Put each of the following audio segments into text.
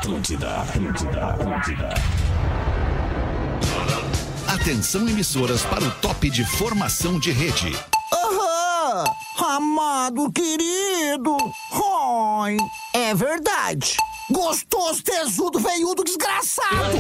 Atlântida. Atenção, emissoras, para o top de formação de rede. Aham, amado querido. Ai, é verdade. Gostoso, tesudo, veiudo, desgraçado.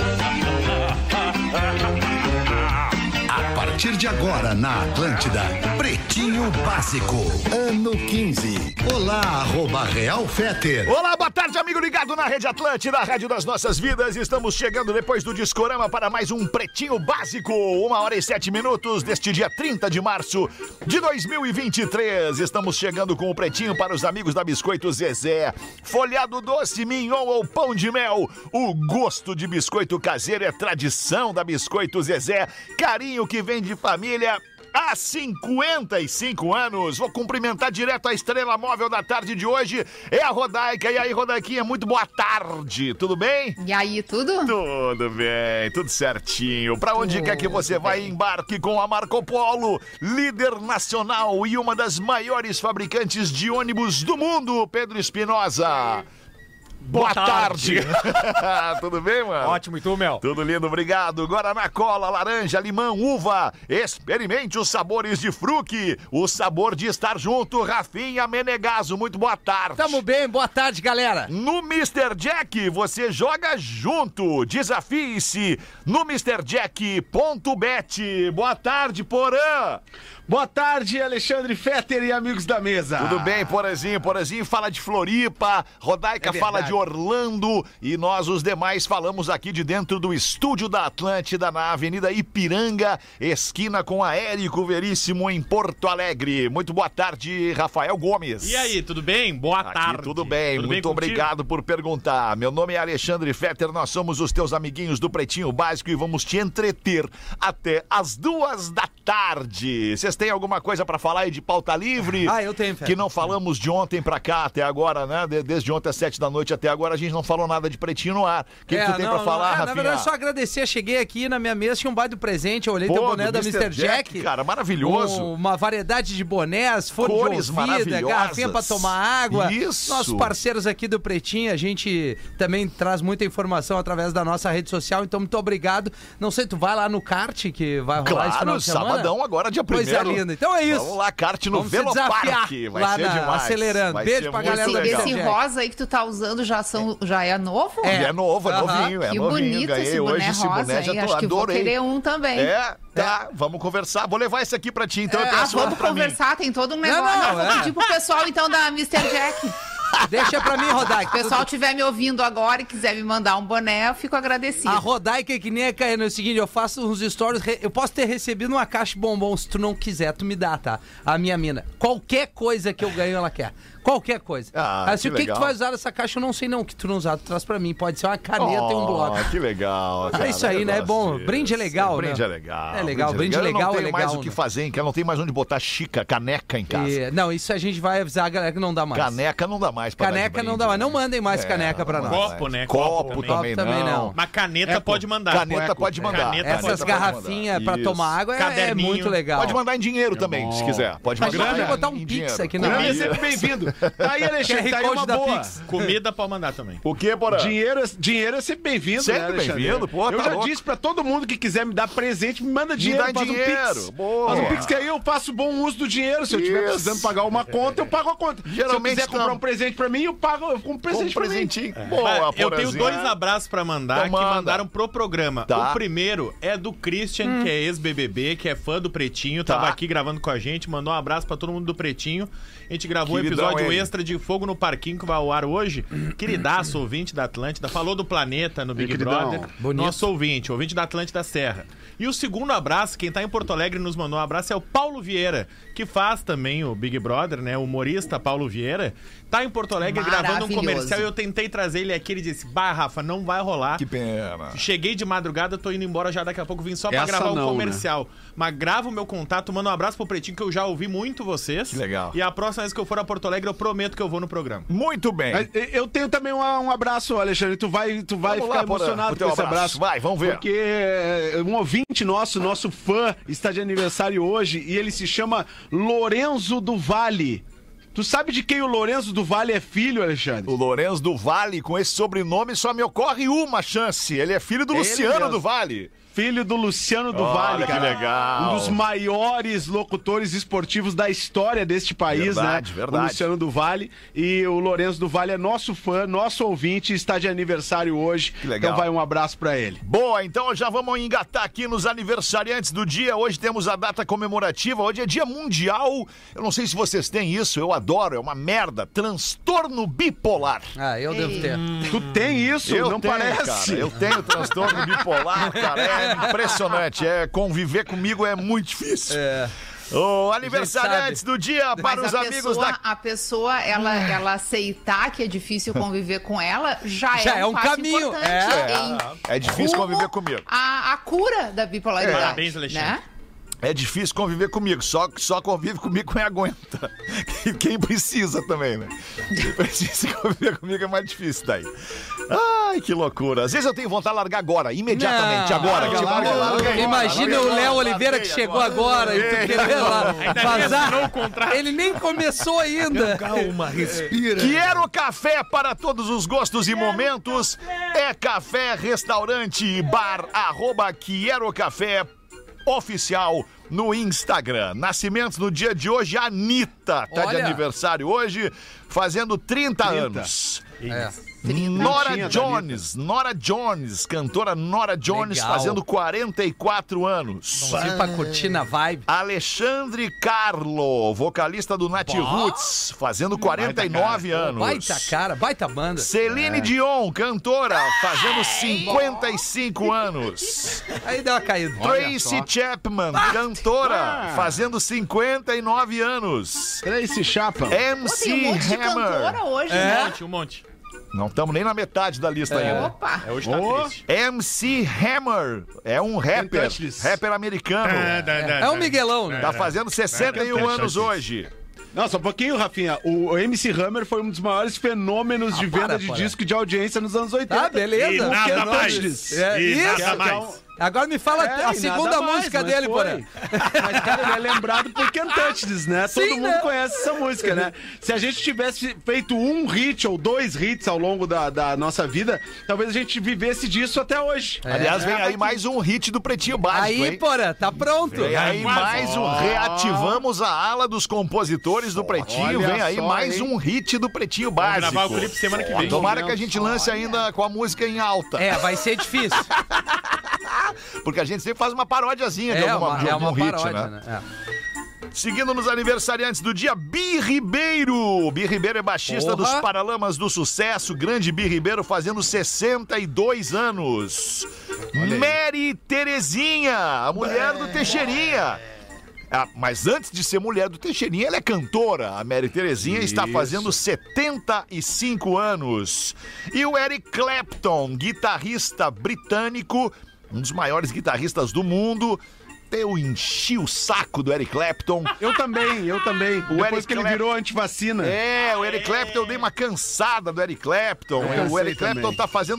A partir de agora, na Atlântida, Pretinho Básico, ano 15. Olá, @Real Feter. Olá, boa tarde, amigo ligado na Rede Atlântida, a rádio das nossas vidas. Estamos chegando depois do Discorama para mais um Pretinho Básico. 1h07 deste dia 30 de março de 2023. Estamos chegando com o Pretinho para os amigos da Biscoito Zezé. Folhado doce, mignon ou pão de mel. O gosto de biscoito caseiro é tradição da Biscoito Zezé. Carinho que vem de família há 55 anos. Vou cumprimentar direto a estrela móvel da tarde de hoje. É a Rodaica. E aí, Rodaiquinha, muito boa tarde. Tudo bem? E aí, tudo? Tudo bem, tudo certinho. Pra onde quer que você vá, embarque com a Marco Polo, líder nacional e uma das maiores fabricantes de ônibus do mundo, Pedro Espinosa. Boa tarde. Tudo bem, mano? Ótimo, e tu, Mel? Tudo lindo, obrigado. Guaraná, cola, laranja, limão, uva. Experimente os sabores de Fruc. O sabor de estar junto. Rafinha Menegaso, muito boa tarde. Tamo bem, boa tarde, galera. No Mr. Jack, você joga junto. Desafie-se no MrJack.bet. Boa tarde, Porã. Boa tarde, Alexandre Fetter e amigos da mesa. Tudo bem, Porazinho? Porazinho fala de Floripa, Rodaica fala de Orlando e nós, os demais, falamos aqui de dentro do estúdio da Atlântida, na Avenida Ipiranga, esquina com a Érico Veríssimo, em Porto Alegre. Muito boa tarde, Rafael Gomes. E aí, tudo bem? Boa tarde. Tudo bem, tudo muito bem obrigado por perguntar. Meu nome é Alexandre Fetter, nós somos os teus amiguinhos do Pretinho Básico e vamos te entreter até as 2 da tarde. Vocês têm alguma coisa pra falar aí de pauta livre? Eu tenho, Fetter. Que não falamos de ontem pra cá até agora, né? Desde ontem às 7 da noite até agora a gente não falou nada de Pretinho no ar. O que tu tem pra falar, Rafinha? Na verdade, só agradecer. Cheguei aqui na minha mesa, tinha um baita presente. Eu olhei teu boné da Mr. Jack. Cara, maravilhoso. Uma variedade de bonés, fone Cores de ouvido, garrafinha pra tomar água. Isso. Nossos parceiros aqui do Pretinho, a gente também traz muita informação através da nossa rede social, então muito obrigado. Não sei, tu vai lá no kart que vai rolar esse final de semana? Sabadão agora, dia 1º. Coisa linda. Então é isso. Vamos lá, kart no Velopark. Vai lá ser demais. Acelerando. Vai Beijo ser pra muito galera do legal. Esse rosa aí que tu tá usando já é novo? É novo, é novinho, é que novinho. bonito Ganhei esse hoje boné esse rosa boné, já aí. tô, Acho que vou adorei. querer um também. Tá, vamos conversar. Vou levar esse aqui pra ti, então eu peço vamos outro pra conversar, tem todo um negócio. Vou pedir pro pessoal então da Mr. Jack. Deixa pra mim, Rodaica. Se o pessoal estiver me ouvindo agora e quiser me mandar um boné, eu fico agradecida. A Rodaica é que nem a Caena, é o seguinte, eu faço uns stories, eu posso ter recebido uma caixa de bombom, se tu não quiser, tu me dá, tá? A minha mina. Qualquer coisa que eu ganho, ela quer. Qualquer coisa. Assim, o que tu vai usar dessa caixa, eu não sei não. O que tu não usar, tu traz pra mim. Pode ser uma caneta e um bloco. Que legal, cara. É isso aí, né? É bom. Brinde é legal, né? Brinde é legal. É legal, brinde é legal, Eu não é tenho legal. mais o que fazer, hein? Não tem mais onde botar caneca em casa. Não, isso a gente vai avisar a galera que não dá mais. Caneca não dá mais pra Caneca não dá mais. Não mandem mais caneca pra nós. Copo, né? Copo também não. Mas caneta pode mandar. Caneta pode mandar. Essas garrafinhas pra tomar água é muito legal. Pode mandar em dinheiro também, se quiser. Pode Mas mandar. pode botar um pix aqui na Grana é sempre bem-vindo. Tá aí, Alexandre, tá aí uma boa. Comida pode mandar também. O que, Porã? Dinheiro é sempre bem-vindo, Sempre né, Alexandre? bem-vindo, pô, Eu tá já louco. disse pra todo mundo que quiser me dar presente, me manda dinheiro, dá faz dinheiro. um pix. Boa. Faz um pix que aí eu faço bom uso do dinheiro. Se eu estiver Isso. precisando pagar uma conta, eu pago a conta. Geralmente se eu quiser comprar um presente pra mim, eu compro um presente pra mim. presentinho. Boa, Eu tenho Porãzinho. 2 abraços pra mandar Então que manda. mandaram pro programa. Tá. O primeiro é do Christian, que é ex-BBB, que é fã do Pretinho, tava aqui gravando com a gente, mandou um abraço pra todo mundo do Pretinho. A gente gravou um Queridão episódio ele. extra de Fogo no Parquinho que vai ao ar hoje. Queridaço, ouvinte da Atlântida, falou do planeta no Big queridão. Brother. Bonito. Nosso ouvinte da Atlântida Serra. E o segundo abraço, quem tá em Porto Alegre nos mandou um abraço, é o Paulo Vieira, que faz também o Big Brother, né? O humorista Paulo Vieira. Tá em Porto Alegre gravando um comercial e eu tentei trazer ele aqui. Ele disse: bah, Rafa, não vai rolar. Que pena. Cheguei de madrugada, tô indo embora já daqui a pouco, vim só pra Essa gravar não, um comercial. Mas grava o meu contato, manda um abraço pro Pretinho, que eu já ouvi muito vocês. Que legal. E a próxima vez que eu for a Porto Alegre, eu prometo que eu vou no programa. Muito bem. Mas eu tenho também um abraço, Alexandre. Tu vai Vamos ficar lá, Porã, emocionado o teu com esse abraço. Vai, vamos ver. Porque um ouvinte nosso fã, está de aniversário hoje e ele se chama Lorenzo do Vale. Tu sabe de quem o Lourenço do Vale é filho, Alexandre? O Lourenço do Vale, com esse sobrenome, só me ocorre uma chance. Ele é filho do Luciano do Vale. Filho do Luciano do Vale, cara. Que legal. Um dos maiores locutores esportivos da história deste país, verdade, né? Verdade. O Luciano do Vale. E o Lourenço do Vale é nosso fã, nosso ouvinte, está de aniversário hoje. Que legal. Então vai um abraço pra ele. Boa, então já vamos engatar aqui nos aniversariantes do dia. Hoje temos a data comemorativa. Hoje é dia mundial. Eu não sei se vocês têm isso, eu adoro, é uma merda. Transtorno bipolar. Ah, eu devo ter. Tu tem isso? Eu não tenho, parece? Cara, eu tenho transtorno bipolar, cara. É impressionante. Conviver comigo é muito difícil. O aniversariantes do dia para os amigos da... A pessoa, ela aceitar que é difícil conviver com ela, já é um passo caminho. É difícil conviver comigo. A cura da bipolaridade. Parabéns, Alexandre. Né? É difícil conviver comigo, só convive comigo quem aguenta. Quem precisa também, né? Quem precisa conviver comigo é mais difícil daí. Ai, que loucura. Às vezes eu tenho vontade de largar agora, imediatamente, agora. Imagina o Léo Oliveira que chegou agora e tu querer lá vazar. Ele nem começou ainda. Calma, respira. Quero café para todos os gostos e momentos. É Café Restaurante e Bar, @Quero Café oficial no Instagram. Nascimentos no dia de hoje, a Anitta tá de aniversário hoje, fazendo 30 anos. Nora Jones, cantora Nora Jones, legal. Fazendo 44 anos. Vamos ir pra curtir na vibe. Alexandre Carlo, vocalista do Nat Roots, fazendo 49 anos. Baita banda. Celine Dion, cantora, fazendo 55 anos. Aí deu uma caída. Tracy Chapman, cantora, fazendo 59 anos. Tracy Chapman. MC Hammer. Hoje, Um monte. Não estamos nem na metade da lista ainda. Opa! Hoje tá triste. MC Hammer é um rapper americano. É um Miguelão, né? Tá fazendo 61 anos hoje. Não, só um pouquinho, Rafinha. O MC Hammer foi um dos maiores fenômenos de venda de disco e de audiência nos anos 80. Ah, beleza. E nada mais. Nada mais. Agora me fala a segunda música dele, porém. Mas, cara, ele é lembrado por Can't Touch This, né? Todo mundo conhece essa música, né? Se a gente tivesse feito um hit ou 2 hits ao longo da nossa vida, talvez a gente vivesse disso até hoje. Aliás, vem aí mais um hit do Pretinho Básico, aí, hein? porra, tá pronto. Vem aí mais um. Reativamos a ala dos compositores do Pretinho. Vem aí mais um hit do Pretinho Básico. Vamos gravar o clipe semana que vem. Tomara que a gente lance ainda com a música em alta. Vai ser difícil. Porque a gente sempre faz uma paródiazinha de algum hit, paródia, né? Seguindo nos aniversariantes do dia, Bi Ribeiro. Bi Ribeiro é baixista dos Paralamas do Sucesso. Grande Bi Ribeiro fazendo 62 anos. Mary Terezinha, a mulher do Teixeirinha. Mas antes de ser mulher do Teixeirinha, ela é cantora. A Mary Terezinha está fazendo 75 anos. E o Eric Clapton, guitarrista britânico, um dos maiores guitarristas do mundo. Eu enchi o saco do Eric Clapton. Eu também. Depois que ele virou antivacina. O Eric Clapton, eu dei uma cansada do Eric Clapton. O Eric Clapton tá fazendo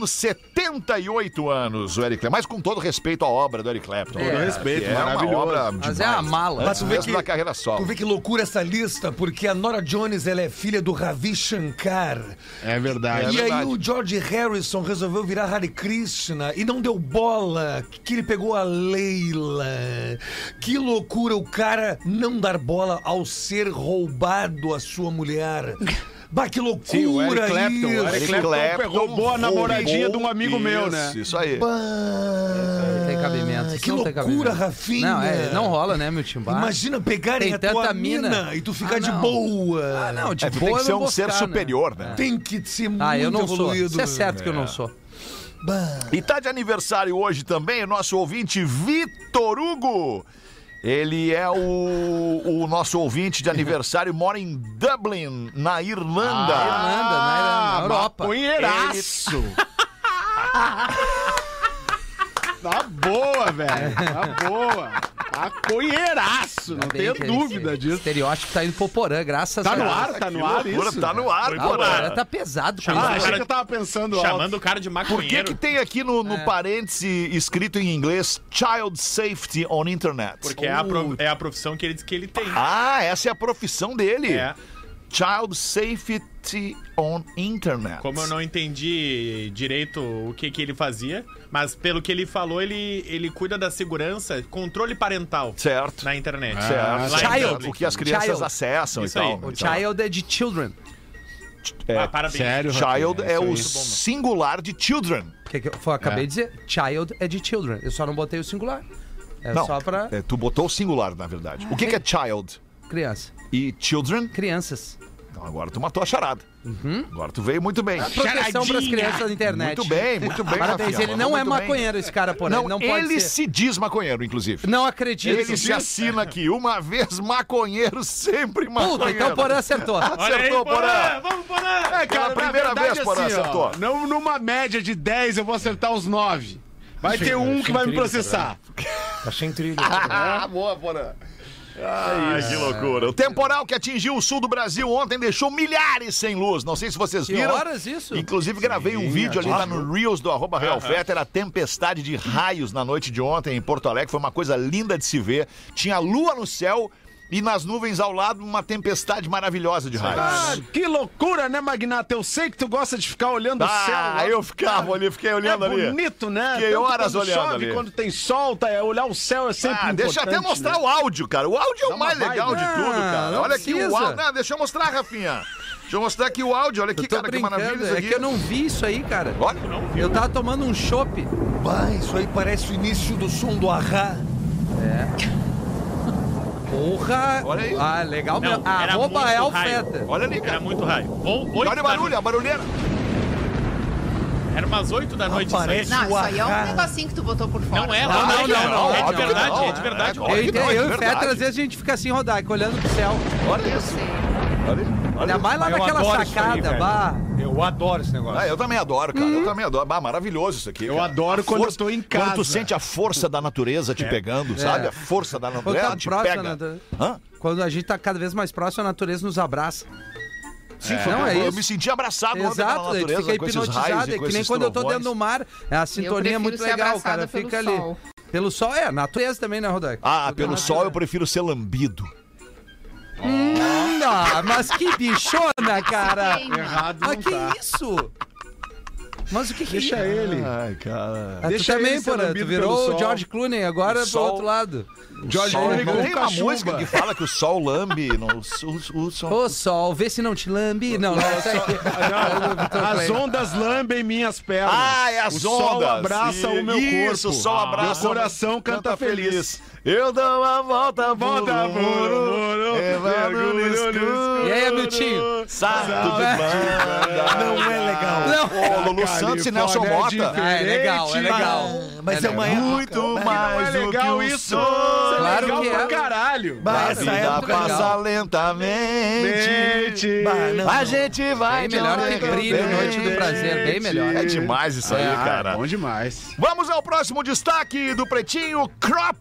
78 anos, o Eric Clapton. Mas com todo respeito à obra do Eric Clapton. Todo respeito, maravilhoso. Uma obra Mas demais. é a mala. Mas tu vê Da carreira solo. Tu vê que loucura essa lista, porque a Nora Jones, ela é filha do Ravi Shankar. É verdade. E aí o George Harrison resolveu virar Hare Krishna e não deu bola, que ele pegou a Leila. Que loucura o cara não dar bola ao ser roubado a sua mulher. Bah, que loucura. Sim, o Eric Clapton. isso. O Eric Clapton roubou a namoradinha de um amigo meu, né? Isso aí. Bah, Não tem cabimento. que não tem loucura, cabimento. Rafinha. Não rola, né, meu timbar? Imagina pegarem Tem a tua tanta mina mina e tu ficar Ah, de não. boa. Não, de Tu boa tem que eu ser não um vou ser ficar, superior, né? Tem que ser muito Eu não sou. evoluído. Isso é certo que eu não sou. Bah. E tá de aniversário hoje também o nosso ouvinte Vitor Hugo. Ele é o nosso ouvinte de aniversário, mora em Dublin, na Irlanda. Na Europa. Maconheiraço. Tá boa, velho. Tá boa. Maconheiraço. Não tenho dúvida disso. O estereótipo tá indo pro Porã, graças a Tá Deus. no ar, tá no ar isso. Tá no ar, Foi O pro Porã. Porã tá pesado. Chama- cara. Achei que eu tava pensando alto. Chamando o cara de Por maconheiro. que tem aqui no parêntese escrito em inglês Child Safety on Internet? Porque é a profissão que ele diz que ele tem. Ah, essa é a profissão dele. É. Child Safety on Internet. Como eu não entendi direito o que ele fazia, mas pelo que ele falou, ele cuida da segurança, controle parental. Certo. Na internet. Certo. Child. O que as crianças acessam Isso e aí. tal. O child é de children. Parabéns. Sério, Child Rafinha, é o isso aí. singular de children. Que eu acabei de dizer. Child é de children. Eu só não botei o singular. É Não, só pra tu botou o singular, na verdade. O que é child? criança. E children? Crianças. Então agora tu matou a charada. Agora tu veio muito bem. Proteção pras crianças na internet. Muito bem, Parabéns, Rafinha, ele não é muito bem. maconheiro, esse cara, porém. Não, Não pode ele ser. se diz maconheiro, inclusive. Não acredito. Ele se assina aqui, uma vez maconheiro, sempre maconheiro. Puta, então Porã acertou. Acertou, Porã. Vamos, Porã! É, Pela primeira vez, Porã, assim, acertou. Não, numa média de 10, eu vou acertar os 9. Vai ter um que vai me processar. Tá sem trilha. Boa, Porã. Ai, que loucura. O temporal que atingiu o sul do Brasil ontem deixou milhares sem luz. Não sei se vocês Que viram. horas isso? Inclusive, gravei um vídeo ali lá no Reels do @RealFetter. A tempestade de raios na noite de ontem em Porto Alegre. Foi uma coisa linda de se ver. Tinha lua no céu e nas nuvens ao lado uma tempestade maravilhosa de raios. Ah, que loucura, né, Magnata? Eu sei que tu gosta de ficar olhando o céu. Ah, eu ficava ali, fiquei olhando ali. É bonito, né? Fiquei Tanto horas quando olhando chove, ali. quando tem sol, olhar o céu é sempre importante. Deixa eu até mostrar né? o áudio, cara. O áudio é o mais legal de tudo, cara. não Olha aqui o precisa. áudio. Não, deixa eu mostrar, Rafinha. Deixa eu mostrar aqui o áudio. Olha aqui, Eu tô cara, que brincando, maravilha isso é aqui. que eu não vi isso aí, cara. Olha, Eu tava tomando um chopp. Bah, isso aí parece o início do som do Ahá. Porra! Olha aí. Ah, legal Não, mesmo. era Arroba muito Elfeta. olha ali, Era cara. muito raio. Olha o barulho, a barulheira. Era umas 8 da noite isso aí. Parece Não, isso aí é um Ahá. negocinho que tu botou por fora. Não é, Não, não, é de óbvio verdade, que não. é de verdade. Óbvio que não, é Eu e o verdade. Fetter, às vezes a gente fica assim, Rodaica, olhando pro céu. Olha Eu isso. sei. Olha. Ainda mais lá Eu naquela adoro isso aí, sacada, velho. bah. Eu adoro esse negócio. Eu também adoro, cara. Eu também adoro. Bah, maravilhoso isso aqui. Eu cara. adoro A quando força- eu tô em Quando tu casa. sente a força da natureza te pegando, sabe? A força da Quando natureza tá ela te próximo, pega. né? Hã? Quando a gente tá cada vez mais próximo, a natureza nos abraça. Sim, Não, é eu isso. me senti abraçado ontem pela Exato, a gente natureza, fica com esses hipnotizado. raios e É com que nem esses quando eu tô trovões. dentro do mar. A sintonia é muito prefiro ser legal, o cara abraçada fica pelo ali. sol. Pelo sol, natureza também, né, Rodaica? Ah, pelo sol eu prefiro ser lambido. Não, mas que bichona, cara! Sim. Errado Mas não que tá. isso? Mas o que Deixa é? ele. Ai, cara. Ah, tu Deixa também, ele ser porra. Tu lambido virou pelo o sol. George Clooney agora pro sol. outro lado. George Sol, Clooney não com tem uma cachumba. música que fala que o sol lambe o sol. Ô, sol, vê se não te lambe. Não, não, essa aí. As ondas lambem minhas pernas. Ah, é as o ondas. sol abraça o meu corpo. Isso, o sol abraça. Meu coração canta feliz. Eu dou uma volta, Volta por por muro, levando no mergulho no escuro. E aí, Miltinho? Salto de banda. Não é legal. Não. Ô, Lulu Santos e Nelson Mota. Ah, é legal, é legal. Mas É é uma legal. época. Muito mas- mais Não é do que legal o isso. sol. Isso é Claro legal que pra é. caralho. Bah, A essa vida época passa legal. lentamente. Bah, não, A não. gente vai Bem melhor que Brilho, Noite do Prazer, bem melhor. É demais isso aí, cara. Bom demais. Vamos ao próximo destaque do Pretinho.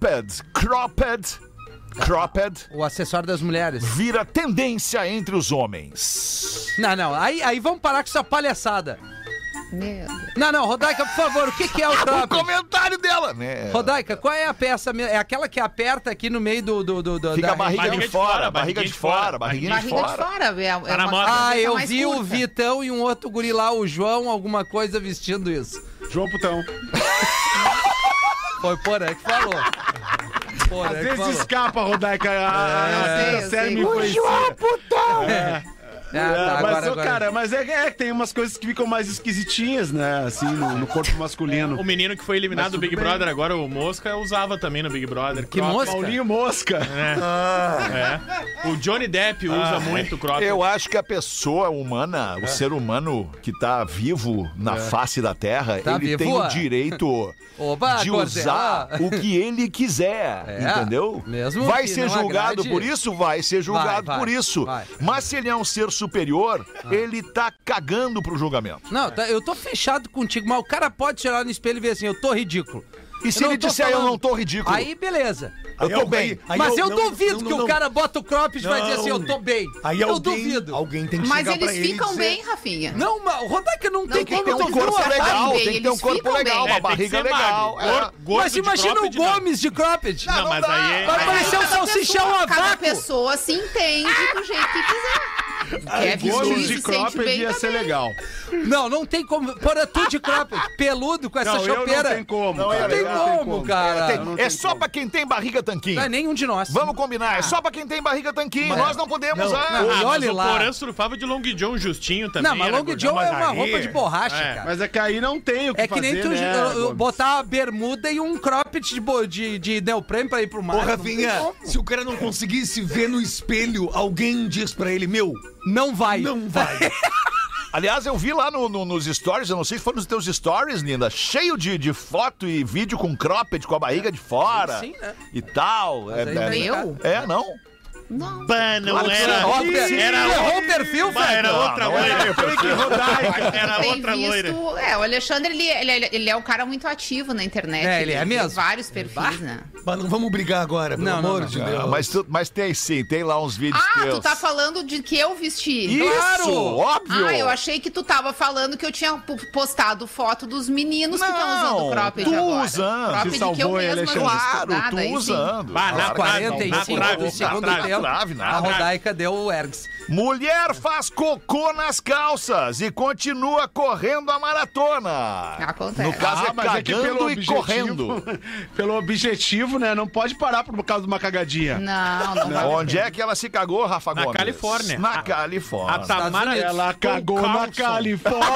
Cropped O acessório das mulheres. vira tendência entre os homens. Não, aí vamos parar com essa palhaçada. Meu Deus. Não, Rodaica, por favor, o que é o O cropped? comentário dela, né? Rodaica, qual é a peça? É aquela que aperta aqui no meio do Fica da a barriga barriga de de fora, fora, barriga de fora, barriguinha de Barriga de fora. fora. É Tá na uma moda. cabeça Ah, eu mais vi o curta. Vitão e um outro guri lá, o João, alguma coisa vestindo isso. João Putão. Foi Porã que falou. Porã Às que vezes falou. escapa, Rodaica. eu sei. me O influencia. Tá, Mas, ô, cara, mas é que tem umas coisas que ficam mais esquisitinhas, né? Assim, no corpo masculino. O menino que foi eliminado Mas do Big tudo bem. Brother agora, o Mosca, usava também no Big Brother. Que Cropped. mosca? Paulinho Mosca. É. O Johnny Depp usa muito cropped. Eu acho que a pessoa humana, o ser humano que tá vivo na face da Terra, Tá ele vivo, tem o ó. direito Oba, de Gordela. usar o que ele quiser, entendeu? mesmo vai que ser não julgado agrade. por isso? Vai ser julgado Vai, por isso. vai. Mas se ele é um ser superior, ele tá cagando pro julgamento. Não, eu tô fechado contigo, mas o cara pode tirar no espelho e ver assim, eu tô ridículo. E se Eu ele não tô disser, eu falando. não tô ridículo? Aí, beleza. eu tô bem. Mas eu duvido que o cara bota o cropped e vai dizer Não. assim, eu tô bem. Aí eu alguém, duvido. alguém tem que Mas chegar pra eles ele e ficam dizer- bem, Rafinha. Não, mas o Rodaica não tem tem como como tu tu viu ver a bem, legal, bem, tem que ter um eles corpo ficam legal, bem. uma tem que barriga ser legal. magro. É. Gordo Mas de imagina cropped, o Gomes de cropped. Não, mas aí... Vai parecer o Cada salsichão a Cada vácuo. pessoa se entende do jeito que quiser. Gostos de cropped ia ser legal. Não tem como. Pôr tu de cropped, peludo com essa chopeira. Não tem como. Não tem como, cara. É só pra quem tem barriga tanquinho. Não é nenhum de nós. Vamos combinar, é só pra quem tem barriga tanquinho. Nós não podemos usar. E olha lá. O Porã surfava de Long John justinho também. Não, mas Long John é uma roupa de borracha, cara. Mas é que aí não tem o que fazer, nem tu botar uma bermuda e um cropped de neoprene pra ir pro mar. Ô, Rafinha, se o cara não conseguisse ver no espelho, alguém diz pra ele, não vai. Não vai. Aliás, eu vi lá nos stories, eu não sei se foi nos teus stories, Linda, cheio de foto e vídeo com cropped, com a barriga de fora. Sim, né? E tal. Não? Não. Bah, não era. Errou o perfil, velho. Era outra loira. Era outra loira. O Alexandre, ele é um cara muito ativo na internet. Ele é mesmo. Tem vários perfis, né? Mas não vamos brigar agora, pelo amor de Deus. Mas tem sim, tem lá uns vídeos teus. Tu tá falando de que eu vesti. Isso, claro. Óbvio. Eu achei que tu tava falando que eu tinha postado foto dos meninos que estão usando cropped agora. Usando. Cropped que eu mesma claro, tu usando. Na 45 do segundo tempo. A Rodaica deu o ergs. Mulher faz cocô nas calças e continua correndo a maratona. Acontece. No caso cagando e correndo. Pelo objetivo, né? Não pode parar por causa de uma cagadinha. Não. Onde é que ela se cagou, Rafa Gomes? Na Califórnia. Na Califórnia. A Tamara ela cagou na Califórnia.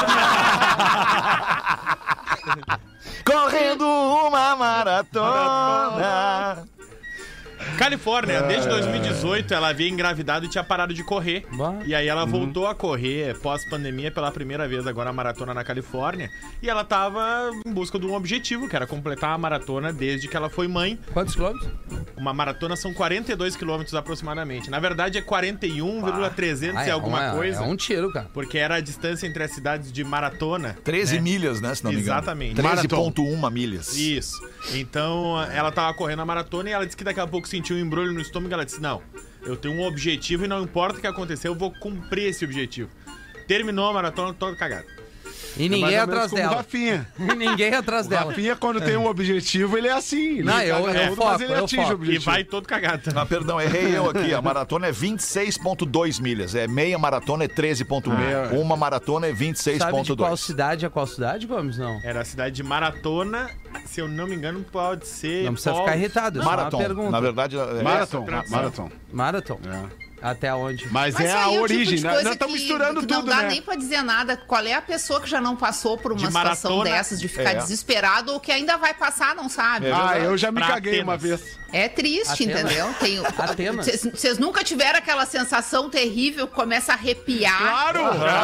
Correndo uma maratona. Califórnia, desde 2018 ela havia engravidado e tinha parado de correr. E aí ela voltou a correr pós-pandemia pela primeira vez agora a maratona na Califórnia. E ela tava em busca de um objetivo, que era completar a maratona desde que ela foi mãe. Quantos quilômetros? Uma maratona são 42 quilômetros aproximadamente. Na verdade é 41,300 e alguma coisa. É um tiro, cara. Porque era a distância entre as cidades de maratona. 13 milhas, né? Se não me engano. Exatamente. 13,1 milhas. Isso. Então ela tava correndo a maratona e ela disse que daqui a pouco sentiu um embrulho no estômago e ela disse, não, eu tenho um objetivo e não importa o que acontecer, eu vou cumprir esse objetivo. Terminou a maratona toda cagada. E ninguém atrás dela. Rafinha. Ninguém atrás dela. Rafinha, quando tem um objetivo, ele é assim. Não, mas ele atinge o objetivo. E vai todo cagado. Ah, perdão, errei eu aqui. A maratona é 26,2 milhas. Meia maratona é 13,1. Uma maratona é 26,2. Sabe de qual cidade? Qual cidade, Gomes? Não. Era a cidade de Maratona. Se eu não me engano, pode ser... Não precisa ficar irritado. Marathon. Na verdade... Marathon. Até onde? Mas é a origem, né? Nós estamos misturando tudo, né? Não dá nem pra dizer nada. Qual é a pessoa que já não passou por uma situação dessas, de ficar desesperado, ou que ainda vai passar, não sabe? Eu já me caguei uma vez. É triste, entendeu? Vocês nunca tiveram aquela sensação terrível que começa a arrepiar. Claro!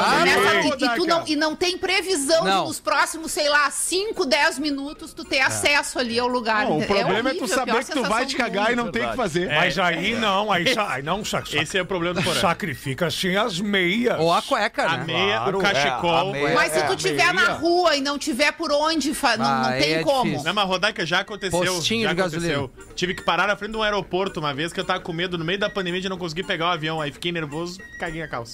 E não tem previsão de nos próximos, 5, 10 minutos tu ter acesso ali ao lugar. O problema é tu saber que tu vai te cagar e não tem o que fazer. Mas aí não, aí não, esse é o problema do Porã. Sacrifica assim as meias. Ou a cueca, né? A meia, o cachecol. Mas se tu tiver na rua e não tiver por onde, não tem como. Difícil. Não, mas Rodaica já aconteceu. Postinho de gasolina. Tive que parar na frente de um aeroporto uma vez que eu tava com medo no meio da pandemia de não conseguir pegar o avião. Aí fiquei nervoso, caguei a calça.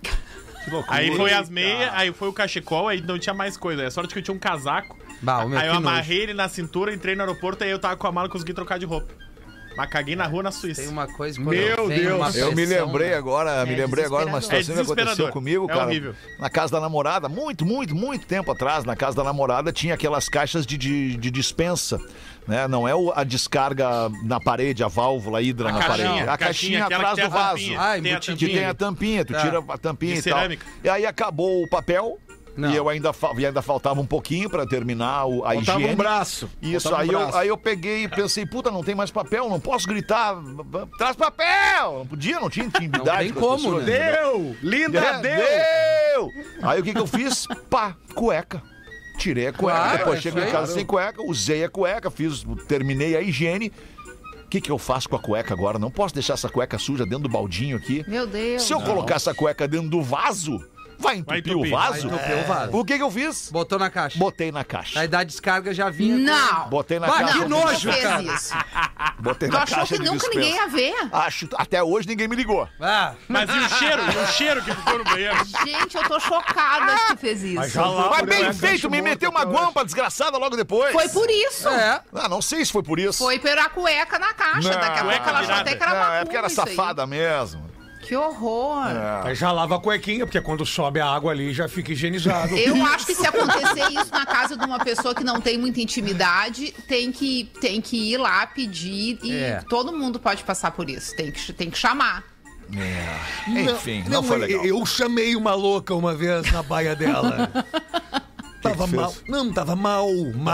Aí foi as meias, aí foi o cachecol, aí não tinha mais coisa. É sorte que eu tinha um casaco. Aí eu amarrei ele na cintura, entrei no aeroporto, aí eu tava com a mala e consegui trocar de roupa. Mas caguei na rua na Suíça. Tem uma coisa... Meu Deus! Eu me lembrei agora de uma situação que aconteceu comigo, cara. Horrível. Na casa da namorada, muito tempo atrás, na casa da namorada, tinha aquelas caixas de dispensa. Né? Não é a descarga na parede, a válvula hidra na parede. A caixinha atrás do vaso. Que tem a tampinha, tu tira a tampinha e tal. E aí acabou o papel. Não. E eu ainda faltava um pouquinho pra terminar a higiene. Faltava um braço. Isso, aí eu peguei e pensei, puta, não tem mais papel, não posso gritar, traz papel! Não podia, não tinha intimidade. Não tem como, pessoas, né? Deu! Linda, deu! Aí o que eu fiz? Cueca. Tirei a cueca, depois cheguei em casa sem cueca, usei a cueca, terminei a higiene. O que eu faço com a cueca agora? Não posso deixar essa cueca suja dentro do baldinho aqui. Meu Deus. Se eu colocar essa cueca dentro do vaso... Vai entupir o vaso? O que eu fiz? Botou na caixa. Botei na caixa. Aí da descarga já vinha. Não! Botei na caixa. Que nojo, cara. Botei na caixa. Tu achou que nunca ninguém ia ver? Até hoje ninguém me ligou. Mas e o cheiro que ficou no banheiro? Gente, eu tô chocada que tu fez isso. Mas bem feito, me meteu uma guampa desgraçada logo depois. Foi por isso. Não sei se foi por isso. Foi pela cueca na caixa. Daqui a pouco ela achou até que era uma é porque era safada mesmo. Que horror. Aí já lava a cuequinha, porque quando sobe a água ali já fica higienizado. Eu acho que se acontecer isso na casa de uma pessoa que não tem muita intimidade, tem que ir lá pedir e todo mundo pode passar por isso. Tem que chamar. Enfim, não foi legal. Eu chamei uma louca uma vez na baia dela. Tava mal. Não, tava mal.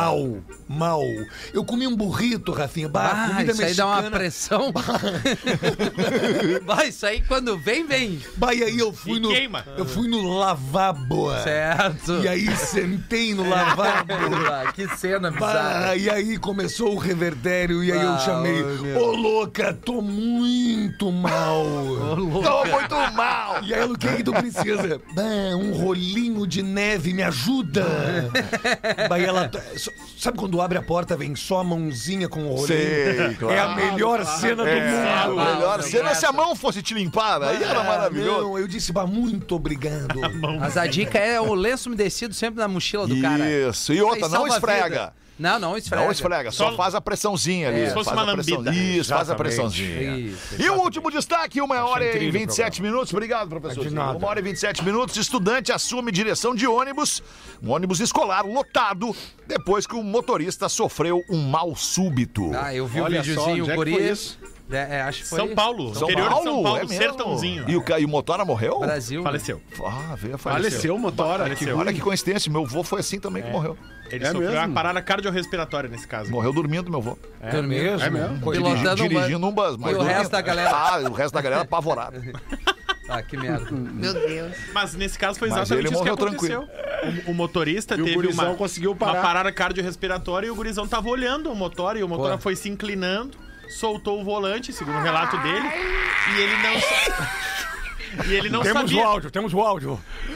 Eu comi um burrito, Rafinha. Comida isso aí dá uma pressão. Vai, isso aí quando vem. E aí eu fui no lavabo. Certo. E aí sentei no lavabo. Que cena bizarra. E aí começou o revertério e aí eu chamei. Ô, louca, tô muito mal. Tô muito mal. E aí, o que tu precisa? Um rolinho de neve, me ajuda. Daí ela... Sabe quando abre a porta, vem só a mãozinha com o rolinho? Sei, claro. É a melhor cena do mundo. A melhor cena se a mão fosse te limpar, aí era maravilhoso. Não, eu disse, muito obrigado. Mas a dica é o lenço umedecido sempre na mochila do cara. Isso, e outra, não esfrega. Não esfrega. Não esfrega, só faz a pressãozinha ali. Se fosse uma lambida. Isso, faz a pressãozinha. E o último destaque, 1h e 27 minutos. Obrigado, professor. 1h e 27 minutos. Estudante assume direção de ônibus, um ônibus escolar lotado, depois que o motorista sofreu um mal súbito. Eu vi o videozinho, o guri. Acho que foi São Paulo, interior de São Paulo, Sertãozinho. E o Motora morreu? Brasil. Faleceu. Faleceu o Motora. Olha que coincidência, meu avô foi assim também que morreu. Ele sofreu uma parada cardiorrespiratória nesse caso. Morreu dormindo, meu avô. É mesmo? Dirigindo um bus. E o resto da galera? O resto da galera apavorado. Que merda. Meu Deus. Mas nesse caso foi exatamente isso que aconteceu. O motorista teve conseguiu uma parada cardiorrespiratória e o gurizão tava olhando o motor e o motor foi se inclinando, soltou o volante, segundo o relato dele, e ele não sabia. Temos o áudio.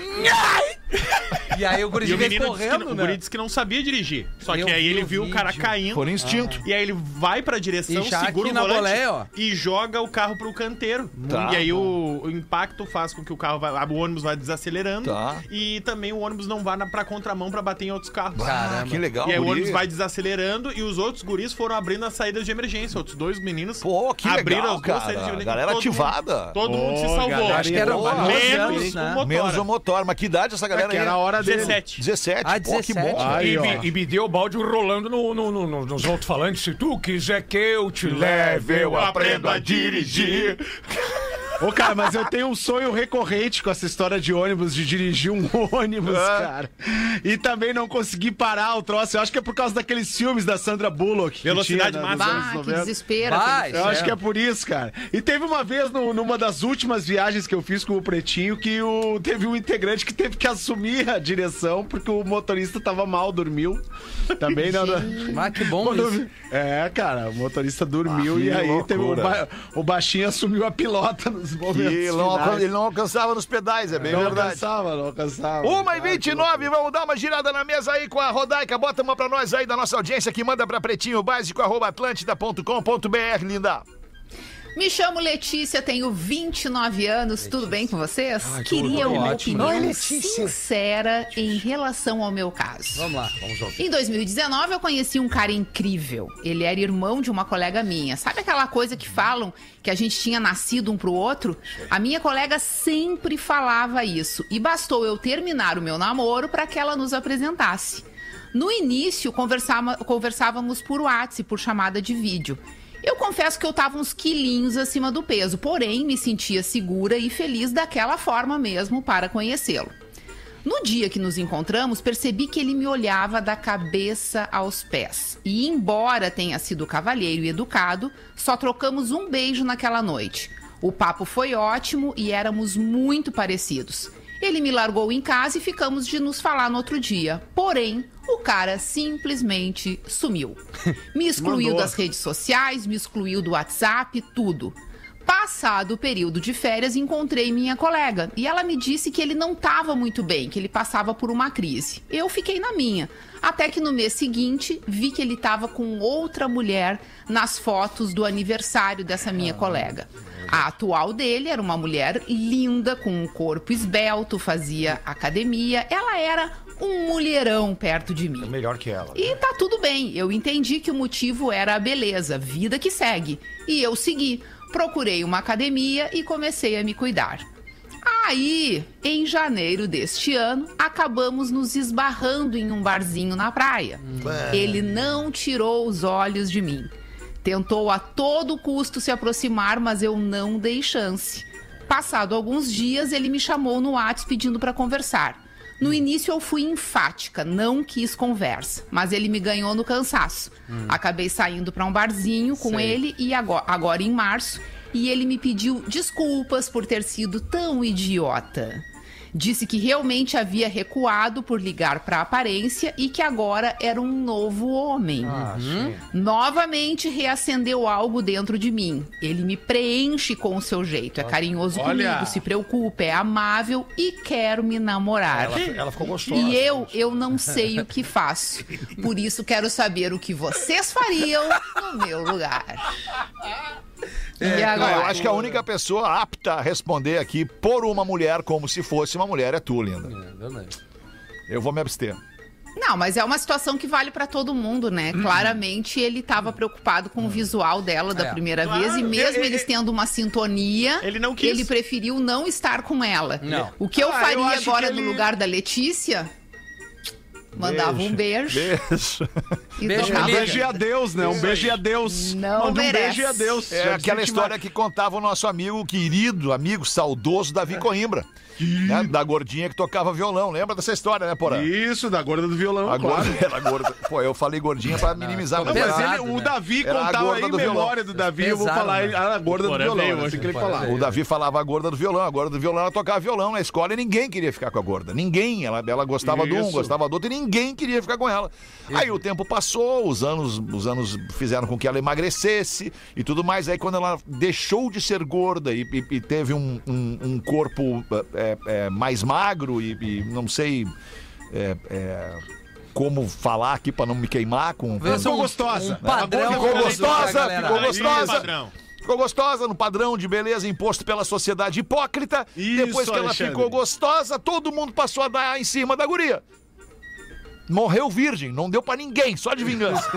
E aí o guri correndo, o guri disse que não sabia dirigir. Só que aí ele viu o cara caindo. Por instinto. E aí ele vai pra direção, segura o volante e joga o carro pro canteiro. E aí o impacto faz com que o ônibus vai desacelerando. E também o ônibus não vá pra contramão pra bater em outros carros. Caramba. Que legal. E aí o ônibus vai desacelerando e os outros guris foram abrindo as saídas de emergência. Outros dois meninos abriram as duas saídas de emergência. Galera ativada. Todo mundo se salvou. Acho que era menos o motor. Mas que idade essa galera aí? Era a hora dele. 17. Que bom. E me deu o balde rolando nos alto-falantes. Se tu quiser que eu te leve, eu aprendo a dirigir. Ô, cara, mas eu tenho um sonho recorrente com essa história de ônibus, de dirigir um ônibus, cara. E também não consegui parar o troço. Eu acho que é por causa daqueles filmes da Sandra Bullock. Velocidade máxima. Que desespero. Eu acho que é por isso, cara. E teve uma vez, numa das últimas viagens que eu fiz com o Pretinho, que teve um integrante que teve que assumir a direção, porque o motorista tava mal, dormiu. Também não... Mas que bom isso. Cara, o motorista dormiu e aí teve o baixinho assumiu a pilota nos momentos ele não alcançava nos pedais, é bem verdade. Não alcançava. 1h29, vamos dar uma girada na mesa aí com a Rodaica. Bota uma pra nós aí da nossa audiência que manda pra pretinhobásico@atlantida.com.br, linda. Me chamo Letícia, tenho 29 anos, tudo bem com vocês? Queria uma opinião sincera em relação ao meu caso. Vamos lá, vamos ouvir. Em 2019 eu conheci um cara incrível. Ele era irmão de uma colega minha. Sabe aquela coisa que falam que a gente tinha nascido um pro outro? A minha colega sempre falava isso. E bastou eu terminar o meu namoro para que ela nos apresentasse. No início, conversávamos por WhatsApp, por chamada de vídeo. Eu confesso que eu tava uns quilinhos acima do peso, porém me sentia segura e feliz daquela forma mesmo para conhecê-lo. No dia que nos encontramos, percebi que ele me olhava da cabeça aos pés. E embora tenha sido cavalheiro e educado, só trocamos um beijo naquela noite. O papo foi ótimo e éramos muito parecidos. Ele me largou em casa e ficamos de nos falar no outro dia. Porém, o cara simplesmente sumiu. Me excluiu das redes sociais, me excluiu do WhatsApp, tudo. Passado o período de férias, encontrei minha colega e ela me disse que ele não estava muito bem, que ele passava por uma crise. Eu fiquei na minha, até que no mês seguinte vi que ele estava com outra mulher nas fotos do aniversário dessa minha colega. A atual dele era uma mulher linda, com um corpo esbelto, fazia academia, ela era um mulherão perto de mim. É melhor que ela. E tá tudo bem, eu entendi que o motivo era a beleza, vida que segue. E eu segui. Procurei uma academia e comecei a me cuidar. Aí, em janeiro deste ano, acabamos nos esbarrando em um barzinho na praia. Ele não tirou os olhos de mim. Tentou a todo custo se aproximar, mas eu não dei chance. Passado alguns dias, ele me chamou no WhatsApp pedindo para conversar. No início eu fui enfática, não quis conversa, mas ele me ganhou no cansaço. Acabei saindo para um barzinho com ele e agora em março, e ele me pediu desculpas por ter sido tão idiota. Disse que realmente havia recuado por ligar para a aparência e que agora era um novo homem. Novamente reacendeu algo dentro de mim. Ele me preenche com o seu jeito. É carinhoso comigo, se preocupa, é amável e quer me namorar. Ela ficou gostosa. E eu não sei o que faço. Por isso quero saber o que vocês fariam no meu lugar. E agora? Eu acho que a única pessoa apta a responder aqui por uma mulher como se fosse uma mulher é tu, linda. Eu vou me abster. Não, mas é uma situação que vale pra todo mundo, né? Claramente ele tava preocupado com o visual dela da primeira vez e mesmo eles tendo uma sintonia, ele preferiu não estar com ela. Não. O que eu faria agora no lugar da Letícia? Mandava um beijo. Um beijo e adeus, né? Um beijo e adeus. Não merece. Um beijo e adeus. É aquela história que contava o nosso amigo querido, amigo saudoso Davi Coimbra. Né? Da gordinha que tocava violão. Lembra dessa história, né, Porã? Isso, da gorda do violão, a gorda, era gorda. Pô, eu falei gordinha pra minimizar. Não, mas o Davi contava aí memória do Davi. Eu vou falar a gorda do violão. Assim que ele falava. O Davi falava a gorda do violão. A gorda do violão, ela tocava violão na escola e ninguém queria ficar com a gorda. Ninguém. Ela gostava de um, gostava do outro e ninguém queria ficar com ela. Aí o tempo passou, os anos fizeram com que ela emagrecesse e tudo mais. Aí quando ela deixou de ser gorda e teve um corpo mais magro e não sei como falar aqui pra não me queimar com... Ficou gostosa. Ficou gostosa no padrão de beleza imposto pela sociedade hipócrita. Isso, depois que ela ficou gostosa, todo mundo passou a dar em cima da guria. Morreu virgem, não deu pra ninguém, só de vingança.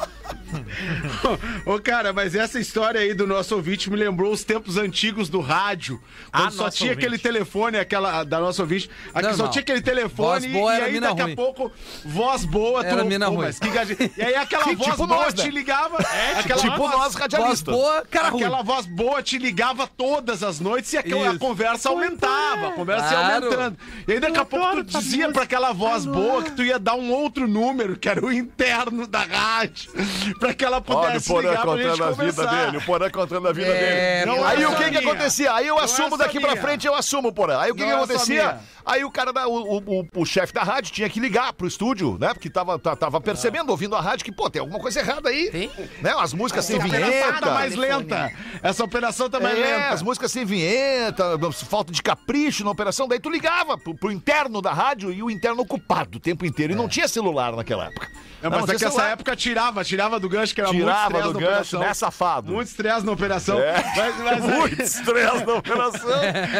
Ô, cara, mas essa história aí do nosso ouvinte me lembrou os tempos antigos do rádio. Quando só tinha aquele telefone, aquela da nossa ouvinte. Aqui só tinha aquele telefone e aí daqui a pouco, voz boa. Era mina ruim. E aí aquela voz boa te ligava. Tipo nós, radialistas. Voz boa, cara ruim. Aquela voz boa te ligava todas as noites e a conversa aumentava. A conversa ia aumentando. E aí daqui a pouco tu dizia pra aquela voz boa que tu ia dar um outro número, que era o interno da rádio, pra que ela pudesse ligar pra gente conversar. O Porã contando a vida dele. Aí o que acontecia? Aí eu assumo daqui pra frente, Porã. Aí o que acontecia? Aí o cara, o chefe da rádio tinha que ligar pro estúdio, né? Porque tava percebendo, ouvindo a rádio, que, pô, tem alguma coisa errada aí. Tem? Né? As músicas sem vinheta. Tá mais lenta. Essa operação tá mais lenta. As músicas sem vinheta, falta de capricho na operação. Daí tu ligava pro interno da rádio e o interno ocupado o tempo inteiro. E não tinha celular naquela época. Mas é que essa época tirava do gancho, que era tirava do gancho, né, safado? Muito estresse na operação. Muito estresse na operação.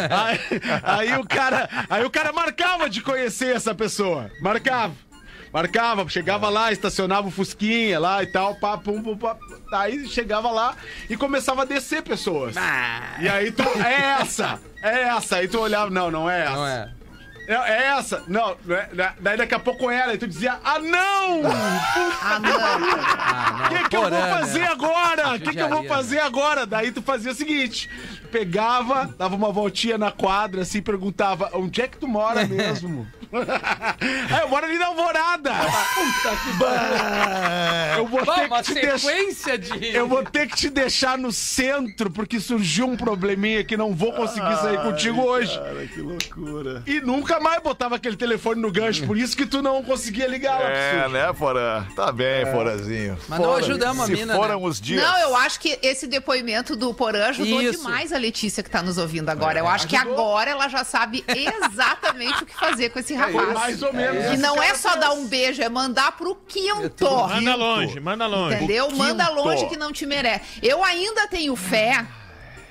Aí o cara marcava de conhecer essa pessoa. Marcava, chegava lá, estacionava o Fusquinha lá e tal, aí chegava lá e começava a descer pessoas. E aí tu, é essa, aí tu olhava, não é essa. Não é. É essa? Não, daí daqui a pouco era, e tu dizia, não! O que eu vou fazer agora? O que eu vou fazer agora? Daí tu fazia o seguinte, pegava, dava uma voltinha na quadra, assim, perguntava, onde é que tu mora mesmo? Eu moro ali na Alvorada. Puta que pariu. Eu vou ter que te deixar no centro, porque surgiu um probleminha que não vou conseguir sair contigo hoje. Cara, que loucura. E nunca mais botava aquele telefone no gancho, por isso que tu não conseguia ligar lá. Né, Porã? Tá bem, Porazinho. Mas não ajudamos a mina, foram os dias. Não, eu acho que esse depoimento do Porã ajudou demais a Letícia que tá nos ouvindo agora. Eu acho que agora ela já sabe exatamente o que fazer com esse rapaz. Mais ou menos. E não é só dar um beijo, é mandar pro quinto. Manda longe. Entendeu? Manda longe que não te merece. Eu ainda tenho fé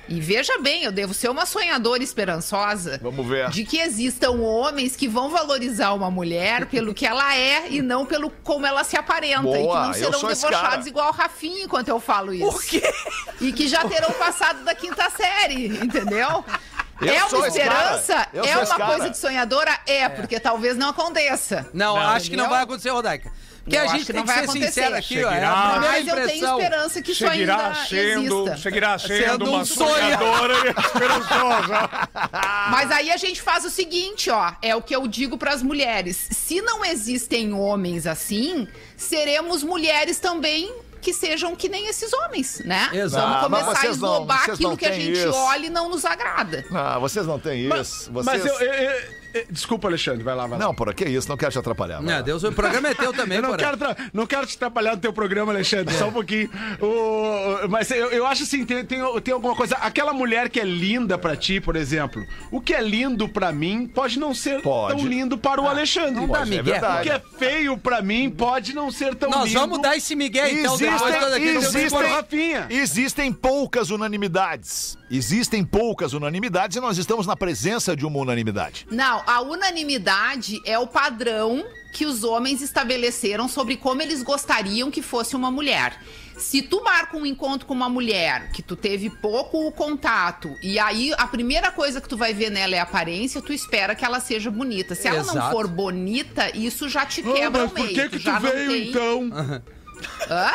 E veja bem, eu devo ser uma sonhadora esperançosa. Vamos ver. De que existam homens que vão valorizar uma mulher pelo que ela é e não pelo como ela se aparenta. Boa, e que não eu serão sou esse cara. debochados igual o Rafinha enquanto eu falo isso. Por quê? E que já terão passado da 5ª série, entendeu? Eu sou uma esse cara. esperança? Eu É sou esse uma cara. coisa de sonhadora? Porque talvez não aconteça. Não, acho que não Entendeu? vai acontecer, Rodaica. Porque Eu a acho gente que tem não que vai ser acontecer. sincero aqui, ó. É Seguirá. a primeira Mas eu tenho impressão. esperança que isso ainda exista. Seguirá Sendo uma sonhadora esperançosa. Mas aí a gente faz o seguinte, ó. É o que eu digo pras mulheres. Se não existem homens assim, seremos mulheres também que sejam que nem esses homens, né? Exato. Vamos Mas começar a vocês não- esnobar vocês aquilo não que a têm gente isso. olha e não nos agrada. Ah, vocês não têm isso. Mas Vocês... desculpa, Alexandre, vai lá. Não, por que isso? Não quero te atrapalhar. vai lá. Não, Deus, o programa é teu também, Eu não Porã. não quero te atrapalhar no teu programa, Alexandre, só um pouquinho. Mas eu acho assim, tem alguma coisa. Aquela mulher que é linda pra ti, por exemplo, o que é lindo pra mim pode não ser Pode. tão lindo para o Alexandre. não dá Pode, migué. O que é feio pra mim pode não ser tão Nós lindo. vamos dar esse migué, então, depois todo aquele Rafinha. Existem poucas unanimidades. Existem poucas unanimidades e nós estamos na presença de uma unanimidade. Não, a unanimidade é o padrão que os homens estabeleceram sobre como eles gostariam que fosse uma mulher. Se tu marca um encontro com uma mulher que tu teve pouco contato e aí a primeira coisa que tu vai ver nela é a aparência, tu espera que ela seja bonita. Se ela não Exato. for bonita, isso já te quebra Mas o por meio. que já tu não veio tem... então? Hã?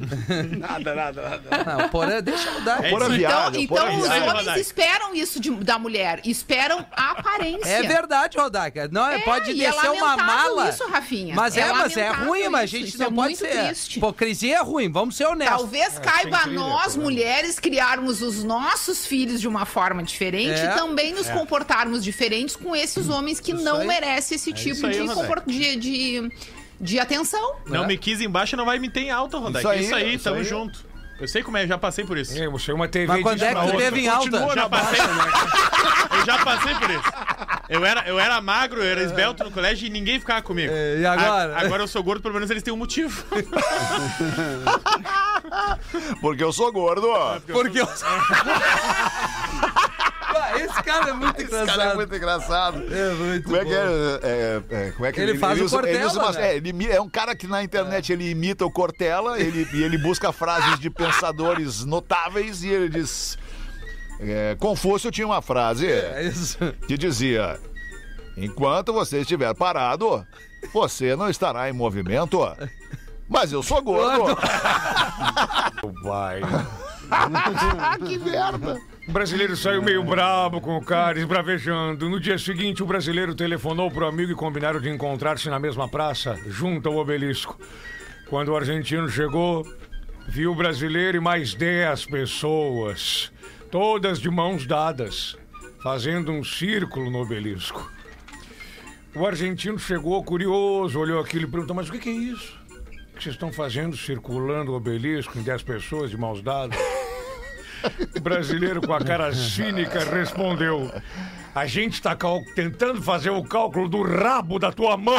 Nada. Não, Porã, deixa eu dar. Porã viado, Então porã os viado. homens Rodaica. esperam isso da mulher, esperam a aparência. É verdade, Rodaica. Não, pode e é descer uma lamentável mala. isso, Rafinha. Mas é lamentável ruim, mas a isso. gente Isso não é pode muito ser. triste. Hipocrisia é ruim, vamos ser honestos. Talvez caiba a nós, mulheres, criarmos os nossos filhos de uma forma diferente É. e também nos comportarmos diferentes com esses homens que não aí. merecem esse tipo isso aí, de, Rodaica. de atenção. Não me quis embaixo, não vai me ter em alta, Rodaica. Isso aí, Tamo isso aí. junto. Eu sei como é, já passei por isso. Você é uma TV Mas quando disso é pra que tu outra. teve em alta? Continua Já na passei. baixa, né? Eu já passei por isso. Eu era magro, eu era esbelto no colégio e ninguém ficava comigo. E agora? Agora eu sou gordo, pelo menos eles têm um motivo. Porque eu sou gordo, ó. Porque eu... Esse cara é muito Esse cara é engraçado. muito engraçado. É muito Como é que bom. como é que Ele faz o Cortella, né? é um cara que na internet ele imita o Cortella, ele busca frases de pensadores notáveis e ele diz... Confúcio tinha uma frase É isso. que dizia: enquanto você estiver parado, você não estará em movimento. Mas eu sou gordo. Vai. Que merda. O brasileiro saiu meio brabo com o cara, esbravejando. No dia seguinte, o brasileiro telefonou pro amigo e combinaram de encontrar-se na mesma praça, junto ao obelisco. Quando o argentino chegou, viu o brasileiro e mais 10 pessoas, todas de mãos dadas, fazendo um círculo no obelisco. O argentino chegou curioso, olhou aquilo e perguntou: mas o que é isso? O que vocês estão fazendo circulando o obelisco em 10 pessoas de mãos dadas? O brasileiro, com a cara cínica, respondeu: a gente está tentando fazer o cálculo do rabo da tua mãe.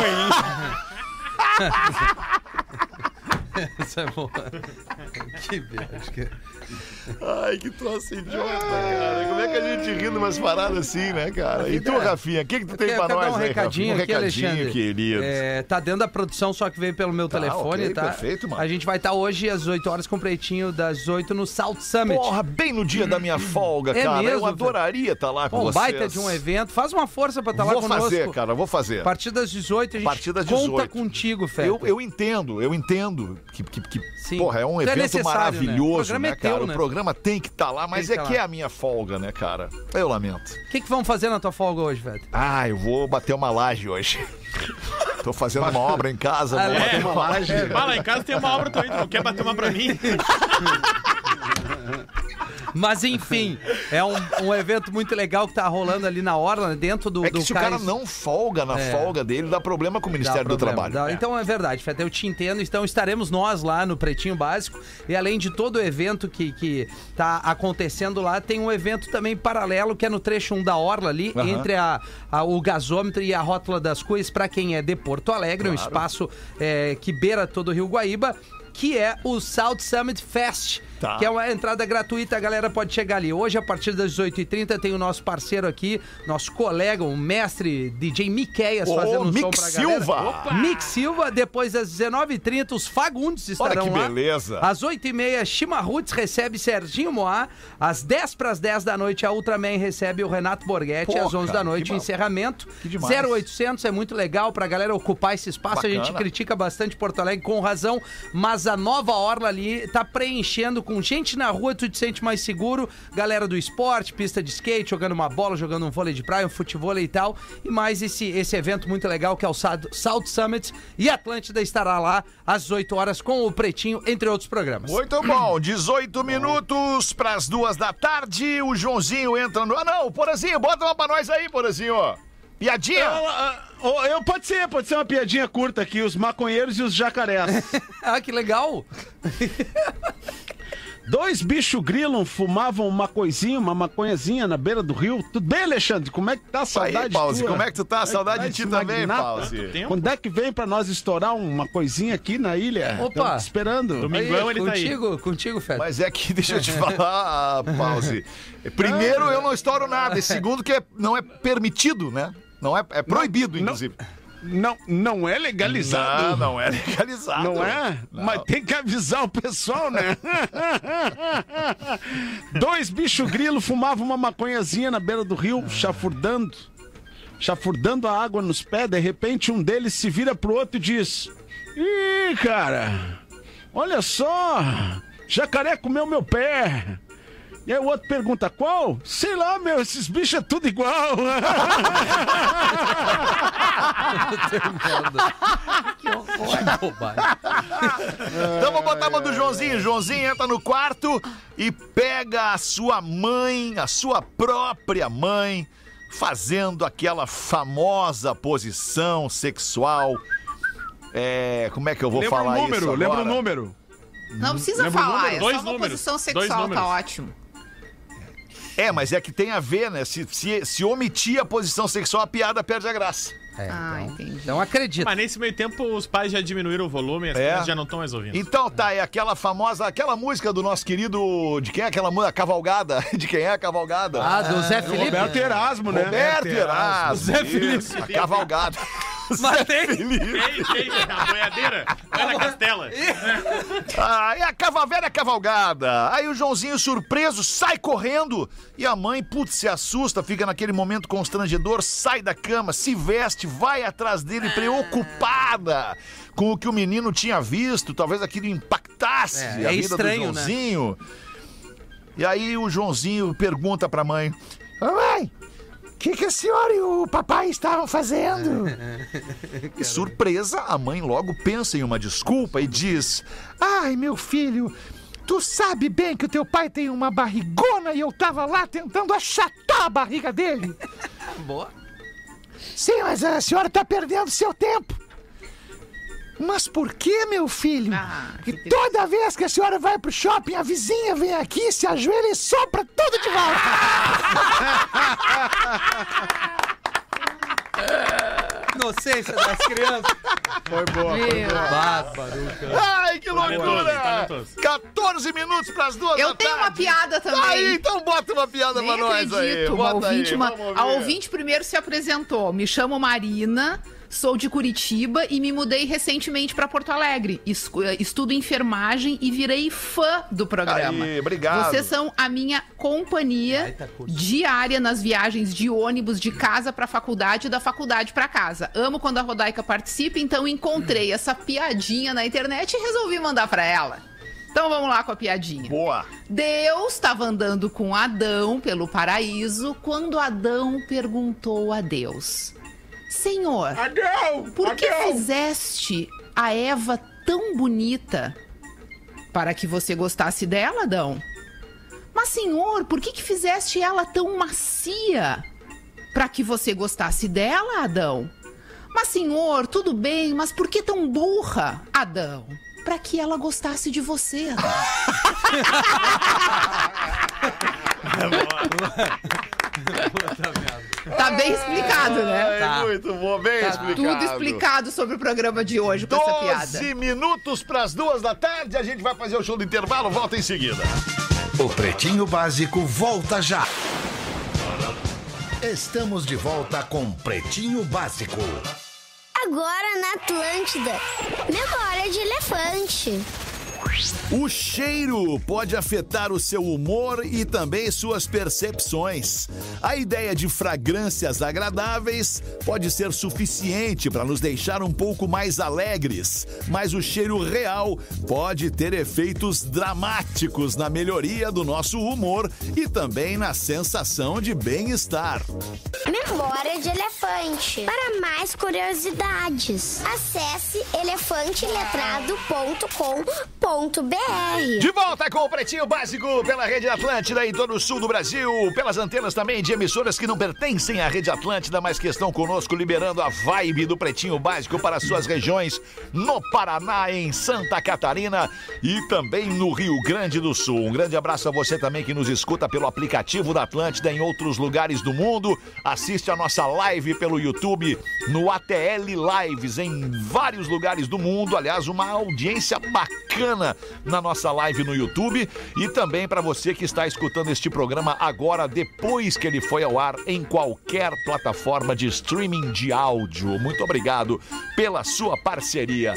Isso é bom. Que beijo. Ai, que troço idiota, cara. Como é que a gente ri numas paradas assim, né, cara? E tu, Rafinha, o que tu tem pra Quer nós dar um aí, recadinho Rafinha? aqui, Alexandre? Querido. Tá dentro da produção, só que veio pelo meu telefone, ok, tá? perfeito, mano. A gente vai estar hoje às 8 horas com o Pretinho das 8 no South Summit. Porra, bem no dia da minha folga, É cara. mesmo, Eu adoraria estar lá com Bom, vocês. baita de um evento. Faz uma força pra estar lá Vou conosco. fazer, cara, vou fazer. A partir das 18, a gente Partir das conta 18. contigo, Fé. Eu entendo que Sim. porra, é um Isso é evento necessário, né? O maravilhoso, programa né, é teu, cara? né? O programa tem que estar lá, mas Tem que é tá que lá. é a minha folga, né, cara? Eu lamento. O que vamos fazer na tua folga hoje, velho? Ah, eu vou bater uma laje hoje. Tô fazendo uma obra em casa, vou bater uma laje. Vai lá em casa tem uma obra também, tu não quer bater uma pra mim? Mas enfim, é um evento muito legal que tá rolando ali na orla, né, dentro do É que se o cara cais. não folga na folga dele, dá problema com o Ministério do Problema. Trabalho. Então é verdade, Feta, eu te entendo. Então estaremos nós lá no Pretinho Básico. E além de todo o evento que tá acontecendo lá, tem um evento também paralelo que é no trecho 1 da orla ali, entre o gasômetro e a Rótula das Cuias, para quem é de Porto Alegre, um espaço que beira todo o Rio Guaíba, que é o South Summit Fest, que é uma entrada gratuita, a galera pode chegar ali. Hoje, a partir das 18h30, tem o nosso parceiro aqui, nosso colega, o mestre DJ Miqueias, fazendo um som pra galera. Mick Silva. Depois das 19h30, os Fagundes estarão lá. Olha que beleza. Às 8h30, Chimarruts recebe Serginho Moá. Às 10:10 da noite, a Ultraman recebe o Renato Borghetti. Às 11 da noite, o encerramento. 0800 é muito legal pra galera ocupar esse espaço. Bacana. A gente critica bastante Porto Alegre, com razão, mas a nova orla ali tá preenchendo com gente na rua, tu te sente mais seguro. Galera do esporte, pista de skate, jogando uma bola, jogando um vôlei de praia, um futevôlei e tal. E mais esse evento muito legal que é o South Summit. E Atlântida estará lá às 18 horas com o Pretinho, entre outros programas. Muito bom, 18 minutos pras 2 da tarde, o Joãozinho entra no... não, Porazinho, bota uma pra nós aí, Porazinho. Piadinha? Pode ser uma piadinha curta aqui, os maconheiros e os jacarés. Ah, que legal. 2 bichos grilo fumavam uma maconhazinha na beira do rio. Tudo bem, Alexandre? Como é que tá a saudade aí, Pause, tua? como é que tu tá? Saudade de ti também, Pause. Quando é que vem pra nós estourar uma coisinha aqui na ilha? Opa! Estamos esperando. Domingão ele tá aí. Contigo, Fede. Mas é que, deixa eu te falar, Pause. Primeiro, eu não estouro nada. E segundo, que não é permitido, né? Não é proibido, inclusive. Não é legalizado. Não é legalizado. Não é? Não. Mas tem que avisar o pessoal, né? 2 bichos grilo fumavam uma maconhazinha na beira do rio, chafurdando a água nos pés. De repente, um deles se vira pro outro e diz: ih, cara, olha só, jacaré comeu meu pé. E aí o outro pergunta: qual? Sei lá, meu, esses bichos é tudo igual. Que horror. Que bobagem. Então vamos botar uma do Joãozinho. Joãozinho entra no quarto e pega a sua mãe, a sua própria mãe, fazendo aquela famosa posição sexual. Como é que eu vou falar isso agora? Lembra o número. Não precisa falar, é só uma posição sexual, tá ótimo. Mas é que tem a ver, né? Se omitir a posição sexual, a piada perde a graça. Entendi. Não acredito. Mas nesse meio tempo, os pais já diminuíram o volume e as crianças já não estão mais ouvindo. Então tá, é aquela música do nosso querido... De quem é aquela música? A Cavalgada. De quem é a Cavalgada? Do Zé Felipe. Roberto Erasmo, né? Roberto Erasmo. Zé Felipe. Isso, a Cavalgada. Mas tem. Tem, a boiadeira. Vai na castela. É a velha cavalgada. Aí o Joãozinho, surpreso, sai correndo. E a mãe, se assusta, fica naquele momento constrangedor, sai da cama, se veste, vai atrás dele, preocupada com o que o menino tinha visto. Talvez aquilo impactasse a vida estranho, do Joãozinho. Né? E aí o Joãozinho pergunta pra mãe: mãe, o que a senhora e o papai estavam fazendo? E surpresa, a mãe logo pensa em uma desculpa e diz: ai, meu filho, tu sabe bem que o teu pai tem uma barrigona e eu tava lá tentando achatar a barriga dele. Boa. Sim, mas a senhora tá perdendo seu tempo. Mas por que, meu filho? E toda vez que a senhora vai pro shopping, a vizinha vem aqui, se ajoelha e sopra tudo de volta. Inocência das crianças. Foi boa. Ai, que loucura! 14 minutos pras 2 da tarde. Eu tenho uma piada também. Aí, então bota uma piada pra nós aí. A ouvinte primeiro se apresentou. Me chamo Marina, sou de Curitiba e me mudei recentemente pra Porto Alegre. Estudo enfermagem e virei fã do programa. Aí, obrigado. Vocês são a minha companhia diária nas viagens de ônibus de casa pra faculdade e da faculdade pra casa. Amo quando a Rodaica participa, então encontrei essa piadinha na internet e resolvi mandar pra ela. Então vamos lá com a piadinha. Boa. Deus estava andando com Adão pelo paraíso quando Adão perguntou a Deus: Senhor, Adão, por que fizeste a Eva tão bonita? Para que você gostasse dela, Adão? Mas, Senhor, por que fizeste ela tão macia? Para que você gostasse dela, Adão? Mas, Senhor, tudo bem, mas por que tão burra, Adão? Para que ela gostasse de você, Adão. Puta merda. Tá bem explicado, né? Tá. Muito bom, bem explicado. Tudo explicado sobre o programa de hoje com essa piada. 12 minutos pras 2h, a gente vai fazer o show do intervalo, volta em seguida. O Pretinho Básico volta já. Estamos de volta com Pretinho Básico. Agora na Atlântida, memória de elefante. O cheiro pode afetar o seu humor e também suas percepções. A ideia de fragrâncias agradáveis pode ser suficiente para nos deixar um pouco mais alegres, mas o cheiro real pode ter efeitos dramáticos na melhoria do nosso humor e também na sensação de bem-estar. Memória de elefante. Para mais curiosidades, acesse elefanteletrado.com.br. De volta com o Pretinho Básico pela Rede Atlântida em todo o sul do Brasil, pelas antenas também de emissoras que não pertencem à Rede Atlântida, mas que estão conosco liberando a vibe do Pretinho Básico para suas regiões no Paraná, em Santa Catarina e também no Rio Grande do Sul. Um grande abraço a você também que nos escuta pelo aplicativo da Atlântida em outros lugares do mundo. Assiste a nossa live pelo YouTube no ATL Lives em vários lugares do mundo. Aliás, uma audiência bacana na nossa live no YouTube e também para você que está escutando este programa agora, depois que ele foi ao ar em qualquer plataforma de streaming de áudio. Muito obrigado pela sua parceria.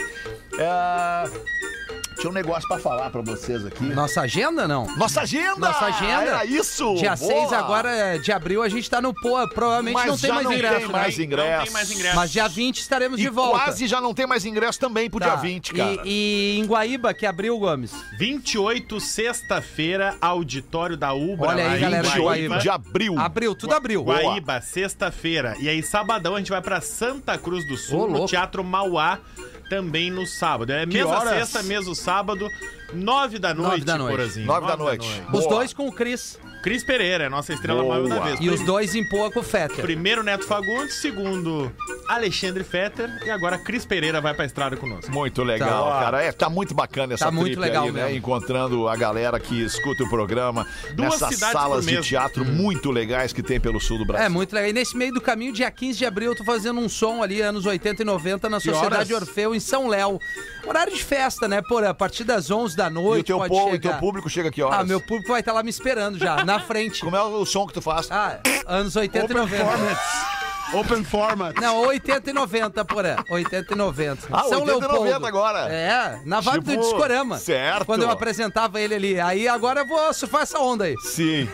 Tinha um negócio pra falar pra vocês aqui. Nossa agenda, não? Nossa agenda! Nossa agenda. Era isso! Dia 6 agora de abril a gente tá no Poa. Provavelmente mas não tem mais ingresso. Tem mais ingresso. Não tem mais ingresso. Mas dia 20 estaremos de volta. Quase já não tem mais ingresso também pro dia 20, cara. E em Guaíba, que abriu, Gomes? 28, sexta-feira, auditório da Ubra. Olha aí, galera, 28 de abril. Abril, tudo abril. Guaíba, sexta-feira. E aí, sabadão, a gente vai pra Santa Cruz do Sul, no louco. Teatro Mauá, também no sábado. É mesma sexta, mesmo sábado, 9 da noite, 9 da noite. Os dois com o Cris. Cris Pereira, é nossa estrela maior da vez. E os dois em Poa com o Fetter. Primeiro Neto Fagundes, segundo Alexandre Fetter e agora Cris Pereira vai pra estrada conosco. Muito legal, cara. Tá muito bacana essa trip muito legal aí, né? mesmo. Encontrando a galera que escuta o programa nessas salas de teatro muito legais que tem pelo sul do Brasil. É, muito legal. E nesse meio do caminho, dia 15 de abril, eu tô fazendo um som ali, anos 80 e 90, na Sociedade Orfeu, em São Léo. Horário de festa, né? A partir das 11 da noite, e o teu público chega que horas? Meu público vai estar lá me esperando já, na frente. Como é o som que tu faz? Anos 80 e 90. Open format. Não, 80 e 90, porém. 80 e 90. São 80 e 90 agora. É, na vibe do Discorama. Certo. Quando eu apresentava ele ali. Aí agora eu vou surfar essa onda aí. Sim.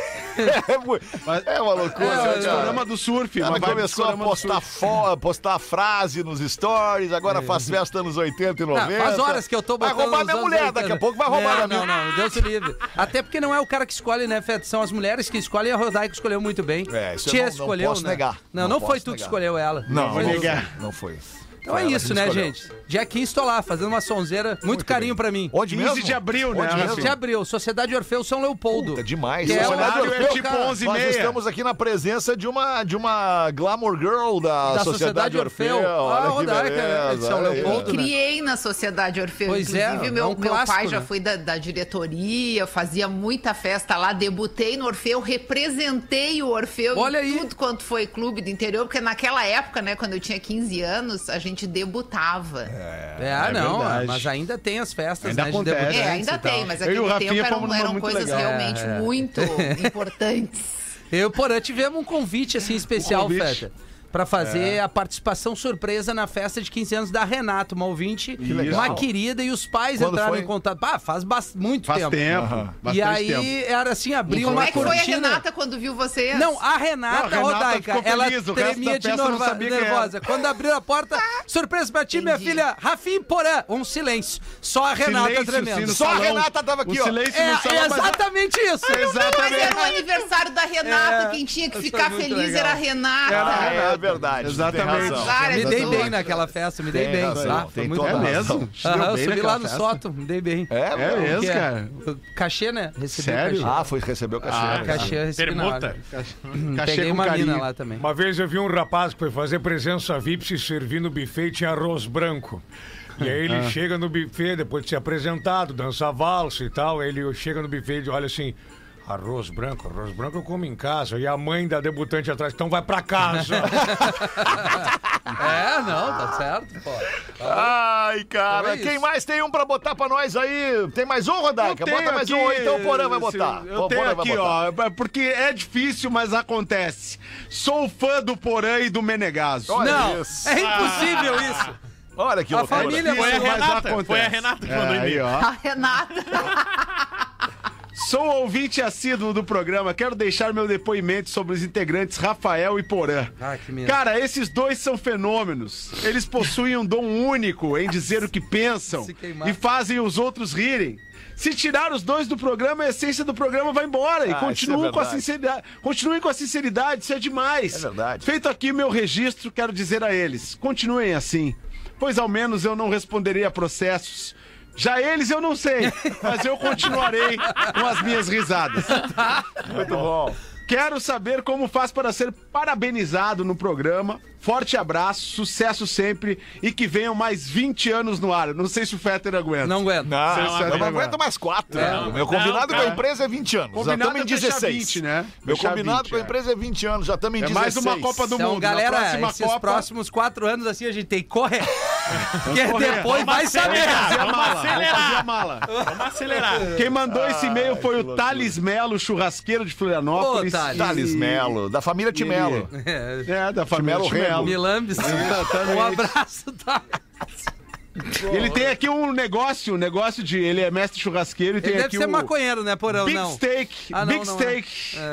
É uma loucura. O Discorama do surf. Ela começou a postar frase nos stories, agora faz festa nos 80 e 90. Não, faz horas que eu tô botando. Vai roubar minha mulher, 80. Daqui a pouco vai roubar minha mulher. Não, Deus se livre. Até porque não é o cara que escolhe, né, Fed? São as mulheres que escolhem, a Rodaica escolheu muito bem. Isso Tia eu não posso negar. Não foi tu que escolheu ela. Não foi. Então é isso, né, gente? Dia 15 tô lá, fazendo uma sonzeira. Muito carinho pra mim. Onde mesmo? 15 de abril, né? 15 de abril, Sociedade Orfeu São Leopoldo. Puta, demais. Que Sociedade Orfeu, tipo 11h30. Nós estamos aqui na presença de uma glamour girl da Sociedade Orfeu. Rodaica, de São Leopoldo. Eu criei na Sociedade Orfeu. Pois inclusive, meu clássico, pai já né? foi da diretoria, fazia muita festa lá, debutei no Orfeu, representei o Orfeu em tudo quanto foi clube do interior, porque naquela época, né, quando eu tinha 15 anos, a gente debutava. Não, verdade. mas ainda tem as festas, ainda né, acontece. Ainda tem, mas Eu e aquele o Rafinha tempo eram coisas legal. realmente muito importantes. Eu e Porã tivemos um convite assim especial, Feta, pra fazer a participação surpresa na festa de 15 anos da Renata, uma ouvinte, uma querida, e os pais entraram em contato. Faz muito tempo. E aí era assim, abriu uma cortina. Como é que foi a Renata quando viu você? Não, a Renata Rodaica, ela tremia de nervosa. Quando abriu a porta, surpresa pra ti, minha filha, Rafinha e Porã. Um silêncio. Só a Renata tremendo. Só a Renata tava aqui, ó. É exatamente isso. Mas era o aniversário da Renata, quem tinha que ficar feliz era a Renata. Verdade. Exatamente. Me dei bem naquela festa, me dei bem. Tem muito toda bom. mesmo? Eu subi lá no sótão, me dei bem. É mesmo, cara? Cachê, né? Recebi Sério? cachê. Recebeu o cachê. Cachê eu recebi na hora. Permuta. Peguei uma mina lá também. Uma vez eu vi um rapaz que foi fazer presença VIP, se servir no buffet e tinha arroz branco. E aí ele chega no buffet, depois de ser apresentado, dança valsa e tal, aí ele chega no buffet e olha assim, Arroz branco eu como em casa. E a mãe da debutante atrás, então vai pra casa. Tá certo, pô. Ai, cara, Então é quem isso. mais tem um pra botar pra nós aí? Tem mais um, Rodaica? Bota mais um, então o Porã vai botar. Eu tenho aqui, ó, porque é difícil, mas acontece. Sou fã do Porã e do Menegaso. Olha Não, isso. é impossível isso. Olha que A loucura. família Foi a Mas Renata. acontece. Foi a Renata que mandou Aí, e-mail. ó. A Renata. Sou ouvinte assíduo do programa. Quero deixar meu depoimento sobre os integrantes Rafael e Porã. Ah, que medo. Cara, esses dois são fenômenos. Eles possuem um dom único em dizer o que pensam Se queimar. e fazem os outros rirem. Se tirar os dois do programa, a essência do programa vai embora. E isso é continuem com a verdade. sinceridade. Continuem com a sinceridade, isso é demais. É verdade. Feito aqui meu registro, quero dizer a eles: continuem assim, pois ao menos eu não responderei a processos. Já eles eu não sei, mas eu continuarei com as minhas risadas. Muito bom. Quero saber como faz para ser parabenizado no programa. Forte abraço, sucesso sempre e que venham mais 20 anos no ar. Não sei se o Fetter aguenta. Não aguento. Eu não aguento mais 4. Meu combinado com a empresa é 20 anos. Já Combinado estamos em é fechar 16. 20, né? Meu Fechar combinado 20, com a empresa é 20 anos. Já estamos em É 16. mais uma Copa do Então, Mundo. galera, Na próxima esses Copa, próximos 4 anos assim a gente tem que correr. Porque correr. depois vai saber. fazer a Vamos mala. acelerar. Vamos fazer a mala. Vamos acelerar. Quem mandou esse e-mail foi o Thales Melo, churrasqueiro de Florianópolis. Ô, Thales. Thales Melo, da família Timelo. É, da família Timelo Timelo. Remo. Milambes. Um abraço, tá? Ele tem aqui um negócio de... Ele é mestre churrasqueiro e tem Ele aqui deve ser maconheiro, né, Porão? Big Não. Steak. Ah, não, Big não Steak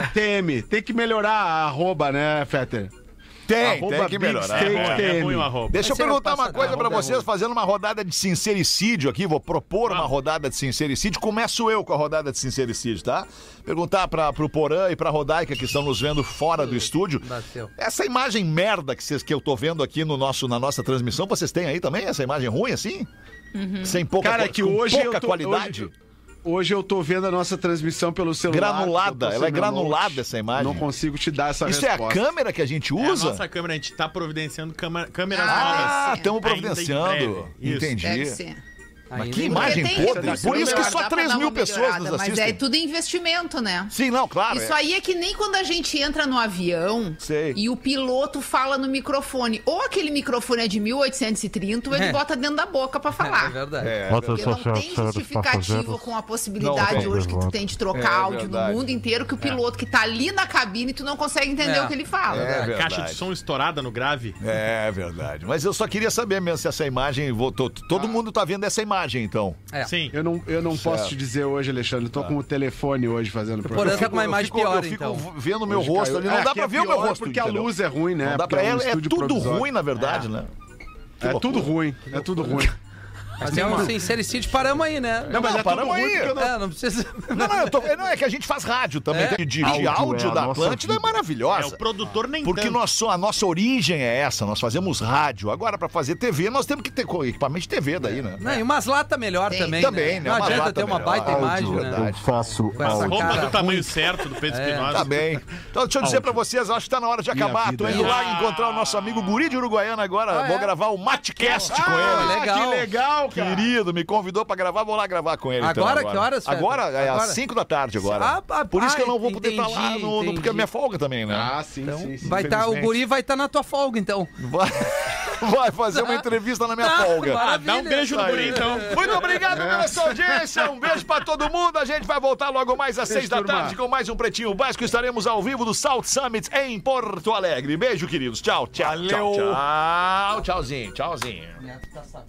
TM. Tem que melhorar a arroba, né, Fetter? Tem Arroba que Big melhorar. Steak É TM. ruim o arroba. Deixa eu Esse é o perguntar uma passador, coisa pra arroba é vocês, ruim. fazendo uma rodada de sincericídio aqui, vou propor uma rodada de sincericídio. Começo eu com a rodada de sincericídio, tá? Perguntar pro Porã e pra Rodaica, que estão nos vendo fora do estúdio. Bateu. Essa imagem merda que eu tô vendo aqui na nossa transmissão, vocês têm aí também? Essa imagem ruim assim? Sem pouca, Cara, que com hoje pouca qualidade? Hoje eu tô vendo a nossa transmissão pelo celular. Granulada, eu tô ela é sem meu granulada note. essa imagem. Não consigo te dar essa Isso é a resposta. câmera que a gente É a usa? nossa câmera, a gente tá providenciando câmeras Ah, novas. estamos Ainda em providenciando. breve. Isso. Entendi. Deve ser. Mas que Ainda imagem Porque tem podre. que Por isso que melhorar, só dá pra 3 dar mil uma pessoas melhorada, nos Mas assistem. é tudo investimento, né? Sim, não, claro. Isso aí é que nem quando a gente entra no avião Sei. e o piloto fala no microfone. Ou aquele microfone é de 1830 ou ele bota dentro da boca pra falar. É verdade. Porque não tem justificativa com a possibilidade Não tem. hoje que tu tem de trocar É áudio verdade. no mundo inteiro, que o piloto que tá ali na cabine, tu não consegue entender É. o que ele fala. É A verdade. caixa de som estourada no grave. É verdade. Mas eu só queria saber mesmo se essa imagem. Todo mundo tá vendo essa imagem, então. É. Sim. Eu não posso te dizer hoje, Alexandre. Eu tô com o telefone hoje fazendo o Porã programa. tá com uma imagem pior, eu fico então. vendo o meu Hoje rosto caiu. ali. Não dá aqui pra é ver o meu pior rosto. porque entendeu? a luz é ruim, né? Não dá Porque pra um ela. É estúdio tudo provisório. ruim, na verdade, né? É tudo ruim. É tudo ruim. Mas é um sincericídio, paramos aí, né? Não, mas é tudo paramos ruim aí. porque eu não... É, não precisa. Não, é que a gente faz rádio também. É. De áudio da Atlântida é maravilhosa. O produtor nem Porque tanto. a nossa origem é essa, nós fazemos rádio. Agora, pra fazer TV, nós temos que ter equipamento de TV daí, né? Não, e umas latas melhor Tem. também. Também, né? Não Uma adianta lata ter uma melhor. baita imagem, né? Verdade. faço Com essa Roupa cara do tamanho ruim. certo do Pedro Espinosa. Tá bem. Então, deixa eu dizer pra vocês, acho que tá na hora de acabar. vida Tô indo lá encontrar o nosso amigo Guri de Uruguaiana agora. Vou gravar o Matcast com ele. legal. Que legal, cara. Querido, me convidou pra gravar, vou lá gravar com ele. então, Agora? Que horas, Fred? Agora, é Agora? às 5 da tarde agora. Por isso que eu não vou poder estar lá, entendi. porque é minha folga também, né? Ah, sim, Então, sim, sim. vai tá, o infelizmente. guri vai estar na tua folga, então. Vai fazer uma entrevista na minha folga. Dá um beijo no guri, então. Muito obrigado pela sua audiência. Um beijo pra todo mundo. A gente vai voltar logo mais às 6 da turma. tarde com mais um Pretinho Básico. Estaremos ao vivo do South Summit em Porto Alegre. Beijo, queridos. Tchau, tchau. Valeu. Tchau, tchau. Tchauzinho, tchauzinho.